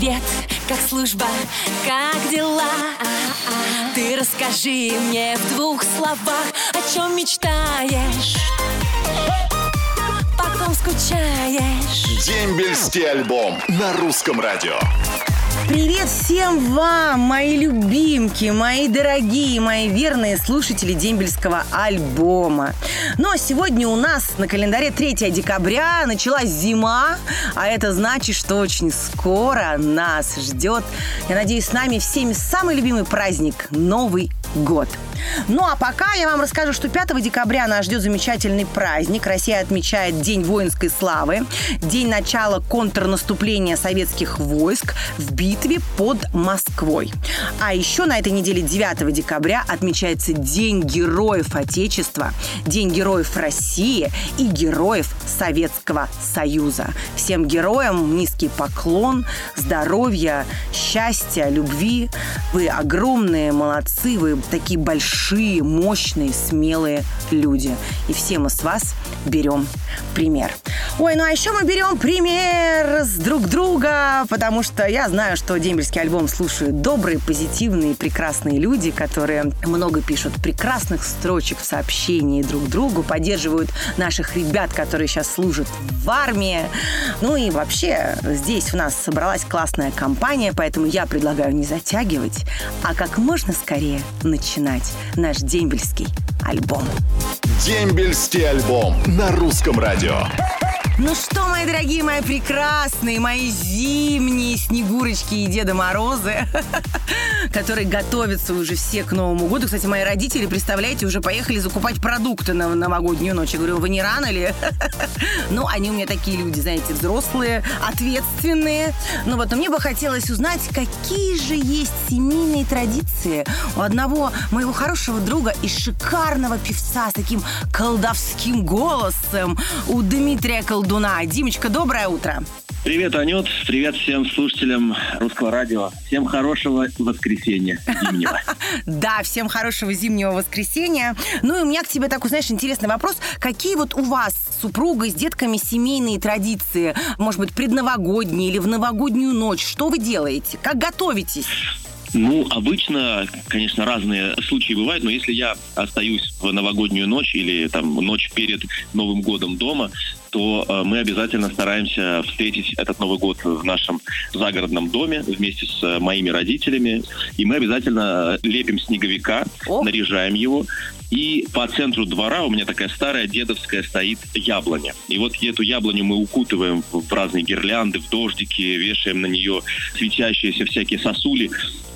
Привет, как служба, как дела? Ты расскажи мне в 2 словах, о чем мечтаешь, по ком скучаешь. Дембельский альбом на русском радио. Привет всем вам, мои любимки, мои дорогие, мои верные слушатели дембельского альбома. Но сегодня у нас на календаре 3 декабря, началась зима, а это значит, что очень скоро нас ждет, я надеюсь, с нами всеми самый любимый праздник – Новый год. Ну а пока я вам расскажу, что 5 декабря нас ждет замечательный праздник. Россия отмечает День воинской славы, день начала контрнаступления советских войск в битве под Москвой. А еще на этой неделе 9 декабря отмечается День героев Отечества, День героев России и героев Советского Союза. Всем героям низкий поклон, здоровья, счастья, любви. Вы огромные молодцы, вы такие большие, мощные, смелые люди. И все мы с вас берем пример. Ой, ну а еще мы берем пример с друг друга, потому что я знаю, что дембельский альбом слушают добрые, позитивные, прекрасные люди, которые много пишут прекрасных строчек в сообщении друг другу, поддерживают наших ребят, которые сейчас служат в армии. Ну и вообще здесь у нас собралась классная компания, поэтому я предлагаю не затягивать, а как можно скорее начинать наш дембельский альбом. Дембельский альбом на русском радио. Ну что, мои дорогие, мои прекрасные, мои зимние Снегурочки и Деда Морозы, которые готовятся уже все к Новому году. Кстати, мои родители, представляете, уже поехали закупать продукты на новогоднюю ночь. Я говорю, вы не рано ли? Ну, они у меня такие люди, знаете, взрослые, ответственные. Ну вот, но мне бы хотелось узнать, какие же есть семейные традиции у одного моего хорошего друга и шикарного певца с таким колдовским голосом, у Дмитрия Колдуна. Димочка, доброе утро. Привет, Анют. Привет всем слушателям Русского радио. Всем хорошего воскресенья зимнего. Да, всем хорошего зимнего воскресенья. Ну и у меня к тебе такой, знаешь, интересный вопрос. Какие вот у вас с супругой, с детками семейные традиции? Может быть, предновогодние или в новогоднюю ночь? Что вы делаете? Как готовитесь? Ну, обычно, конечно, разные случаи бывают, но если я остаюсь в новогоднюю ночь или там ночь перед Новым годом дома, то мы обязательно стараемся встретить этот Новый год в нашем загородном доме вместе с моими родителями. И мы обязательно лепим снеговика, наряжаем его. И по центру двора у меня такая старая дедовская стоит яблоня. И вот эту яблоню мы укутываем в разные гирлянды, в дождики, вешаем на нее светящиеся всякие сосули.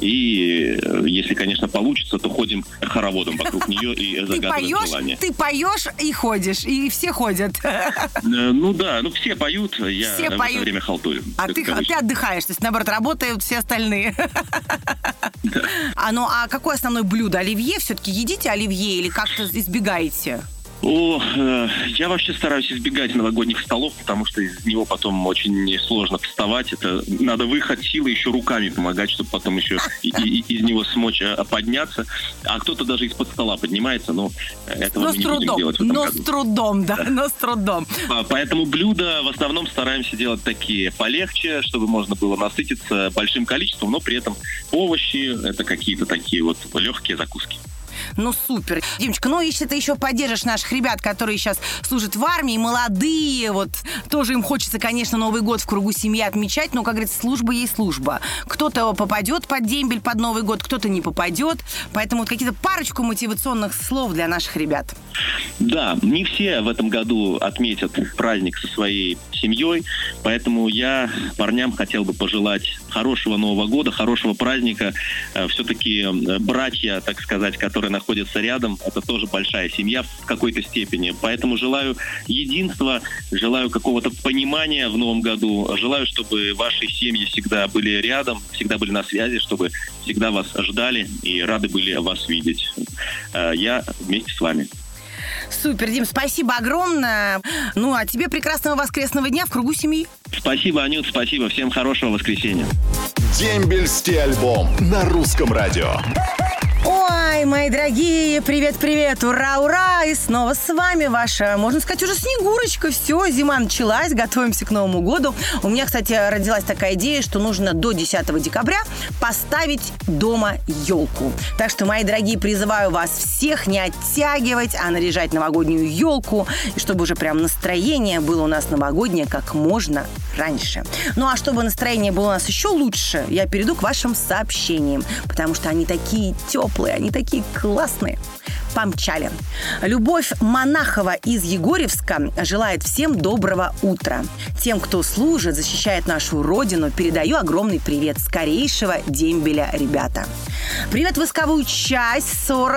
И если, конечно, получится, то ходим хороводом вокруг нее и загадываем желание. Ты поешь и ходишь, и все ходят. Ну да, все поют, я в это время халтурю. А ты отдыхаешь, то есть, наоборот, работают все остальные. А какое основное блюдо? Оливье? Все-таки едите оливье или как-то избегаете? Я вообще стараюсь избегать новогодних столов, потому что из него потом очень сложно вставать. Это надо выход силы, еще руками помогать, чтобы потом еще из него смочь подняться. А кто-то даже из-под стола поднимается, но этого мы не будем делать в этом году. Но с трудом. Поэтому блюда в основном стараемся делать такие полегче, чтобы можно было насытиться большим количеством, но при этом овощи, это какие-то такие вот легкие закуски. Ну, супер. Димочка, если ты еще поддержишь наших ребят, которые сейчас служат в армии, молодые, вот, тоже им хочется, конечно, Новый год в кругу семьи отмечать, но, как говорится, служба есть служба. Кто-то попадет под дембель, под Новый год, кто-то не попадет. Поэтому вот какие-то парочку мотивационных слов для наших ребят. Да, не все в этом году отметят праздник со своей семьей, поэтому я парням хотел бы пожелать хорошего Нового года, хорошего праздника. Все-таки братья, так сказать, которые находятся рядом, это тоже большая семья в какой-то степени. Поэтому желаю единства, желаю какого-то понимания в Новом году. Желаю, чтобы ваши семьи всегда были рядом, всегда были на связи, чтобы всегда вас ждали и рады были вас видеть. Я вместе с вами. Супер, Дим, спасибо огромное. Ну, а тебе прекрасного воскресного дня в кругу семьи. Спасибо, Анют, спасибо. Всем хорошего воскресенья. Дембельский альбом на русском радио. Ой, Ай, мои дорогие, привет-привет, ура-ура! И снова с вами ваша, можно сказать, уже Снегурочка. Все, зима началась, готовимся к Новому году. У меня, кстати, родилась такая идея, что нужно до 10 декабря поставить дома елку. Так что, мои дорогие, призываю вас всех не оттягивать, а наряжать новогоднюю елку. И чтобы уже прям настроение было у нас новогоднее как можно раньше. Ну, а чтобы настроение было у нас еще лучше, я перейду к вашим сообщениям, потому что они такие теплые, они такие классные. Помчали. Любовь Монахова из Егорьевска желает всем доброго утра. Тем, кто служит, защищает нашу родину, передаю огромный привет. Скорейшего дембеля, ребята. Привет, войсковую часть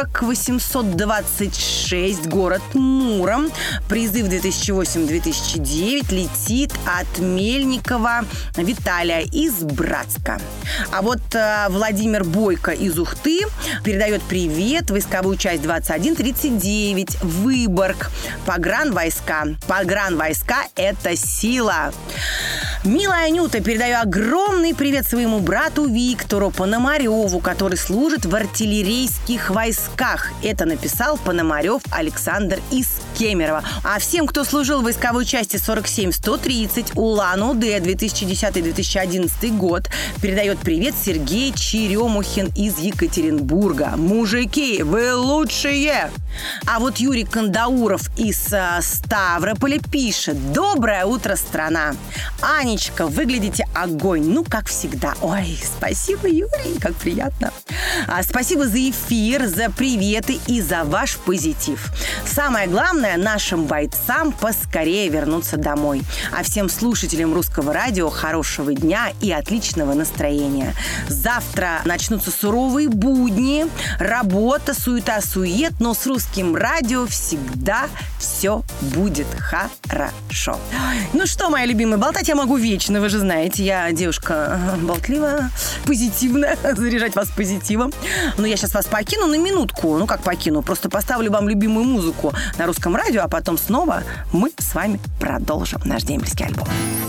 40826, город Муром. Призыв 2008-2009 летит от Мельникова Виталия из Братска. А вот Владимир Бойко из Ухты передает привет, войсковую часть 2139, Выборг, погранвойска. Погранвойска – это сила. Милая Анюта, передаю огромный привет своему брату Виктору Пономареву, который служит в артиллерийских войсках. Это написал Пономарев Александр из Кемерово. А всем, кто служил в войсковой части 47-130 Улан-Удэ 2010-2011 год, передает привет Сергей Черемухин из Екатеринбурга. Мужики, вы лучшие! А вот Юрий Кандауров из Ставрополя пишет: доброе утро, страна! Анечка, выглядите огонь, ну, как всегда. Ой, спасибо, Юрий, как приятно. Спасибо за эфир, за приветы и за ваш позитив. Самое главное, нашим бойцам поскорее вернуться домой. А всем слушателям Русского радио хорошего дня и отличного настроения. Завтра начнутся суровые будни, работа, суета-сует, но с Русским радио всегда все будет хорошо. Ну что, мои любимые, болтать я могу вечно, вы же знаете, я девушка болтливая, позитивная, заряжать вас позитивом. Но я сейчас вас покину на минутку, ну как покину, просто поставлю вам любимую музыку на Русском радио, а потом снова мы с вами продолжим наш дембельский альбом.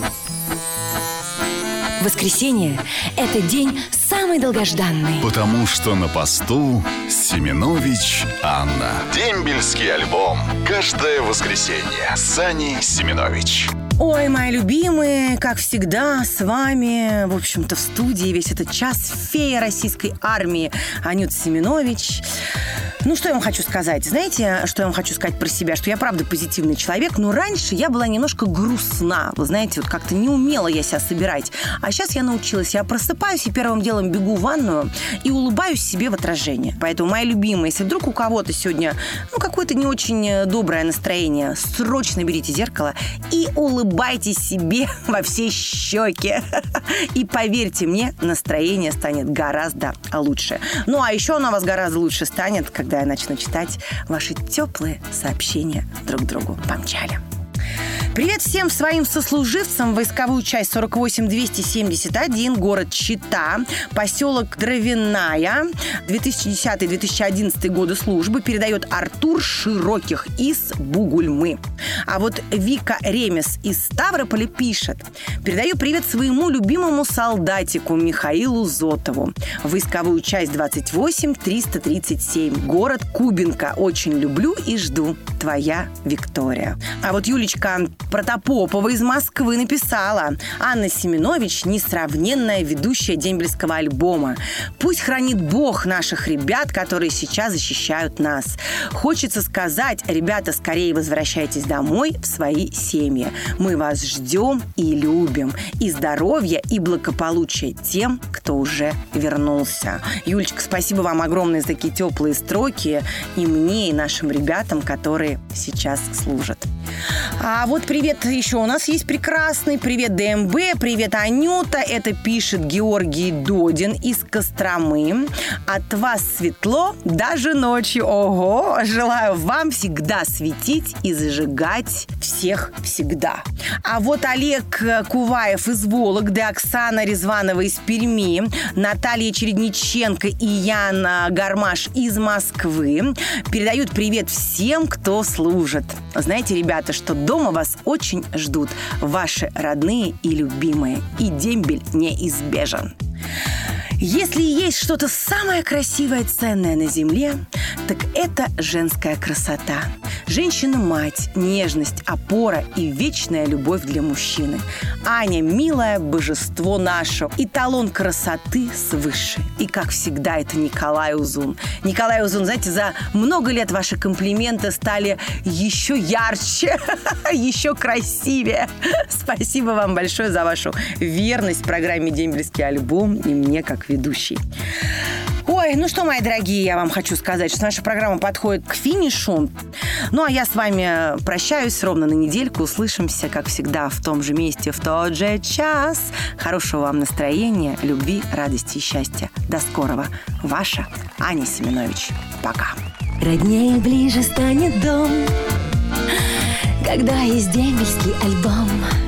Воскресенье – это день самый долгожданный. Потому что на посту Семенович Анна. Дембельский альбом. Каждое воскресенье. Сани Семенович. Ой, мои любимые, как всегда, с вами, в общем-то, в студии весь этот час фея российской армии Анюта Семенович. Ну, что я вам хочу сказать? Знаете, что я вам хочу сказать про себя? Что я, правда, позитивный человек, но раньше я была немножко грустна. Вы знаете, вот как-то не умела я себя собирать. А сейчас я научилась. Я просыпаюсь и первым делом бегу в ванную и улыбаюсь себе в отражение. Поэтому, мои любимые, если вдруг у кого-то сегодня, какое-то не очень доброе настроение, срочно берите зеркало и улыбайтесь себе во все щеки. И поверьте мне, настроение станет гораздо лучше. Ну, а еще оно у вас гораздо лучше станет, когда я начну читать ваши теплые сообщения друг другу. Помчали. Привет всем своим сослуживцам. Войсковую часть 48271, город Чита, поселок Дровяная, 2010-2011 годы службы, передает Артур Широких из Бугульмы. А вот Вика Ремес из Ставрополя пишет: передаю привет своему любимому солдатику Михаилу Зотову. Войсковую часть 28337, город Кубинка. Очень люблю и жду. Твоя Виктория. А вот Юлечка Протопопова из Москвы написала: Анна Семенович – несравненная ведущая дембельского альбома. Пусть хранит Бог наших ребят, которые сейчас защищают нас. Хочется сказать: ребята, скорее возвращайтесь домой в свои семьи. Мы вас ждем и любим. И здоровья, и благополучия тем, кто уже вернулся. Юлечка, спасибо вам огромное за такие теплые строки и мне, и нашим ребятам, которые сейчас служат. А вот привет еще у нас есть прекрасный. Привет, ДМБ, привет, Анюта. Это пишет Георгий Додин из Костромы. От вас светло даже ночью. Ого! Желаю вам всегда светить и зажигать всех всегда. А вот Олег Куваев из Вологды, Оксана Резванова из Перми, Наталья Чередниченко и Яна Гармаш из Москвы передают привет всем, кто служит. Знаете, ребята, что дома вас очень ждут ваши родные и любимые. И дембель неизбежен. Если есть что-то самое красивое и ценное на земле, так это женская красота. Женщина-мать, нежность, опора и вечная любовь для мужчины. Аня, милое божество наше, эталон красоты свыше. И, как всегда, это Николай Узун. Николай Узун, знаете, за много лет ваши комплименты стали еще ярче, еще красивее. Спасибо вам большое за вашу верность в программе «Дембельский альбом» и мне как ведущей. Ой, ну что, мои дорогие, я вам хочу сказать, что наша программа подходит к финишу. Ну, а я с вами прощаюсь ровно на недельку. Услышимся, как всегда, в том же месте, в тот же час. Хорошего вам настроения, любви, радости и счастья. До скорого. Ваша Аня Семенович. Пока. Роднее ближе станет дом, когда есть дембельский альбом.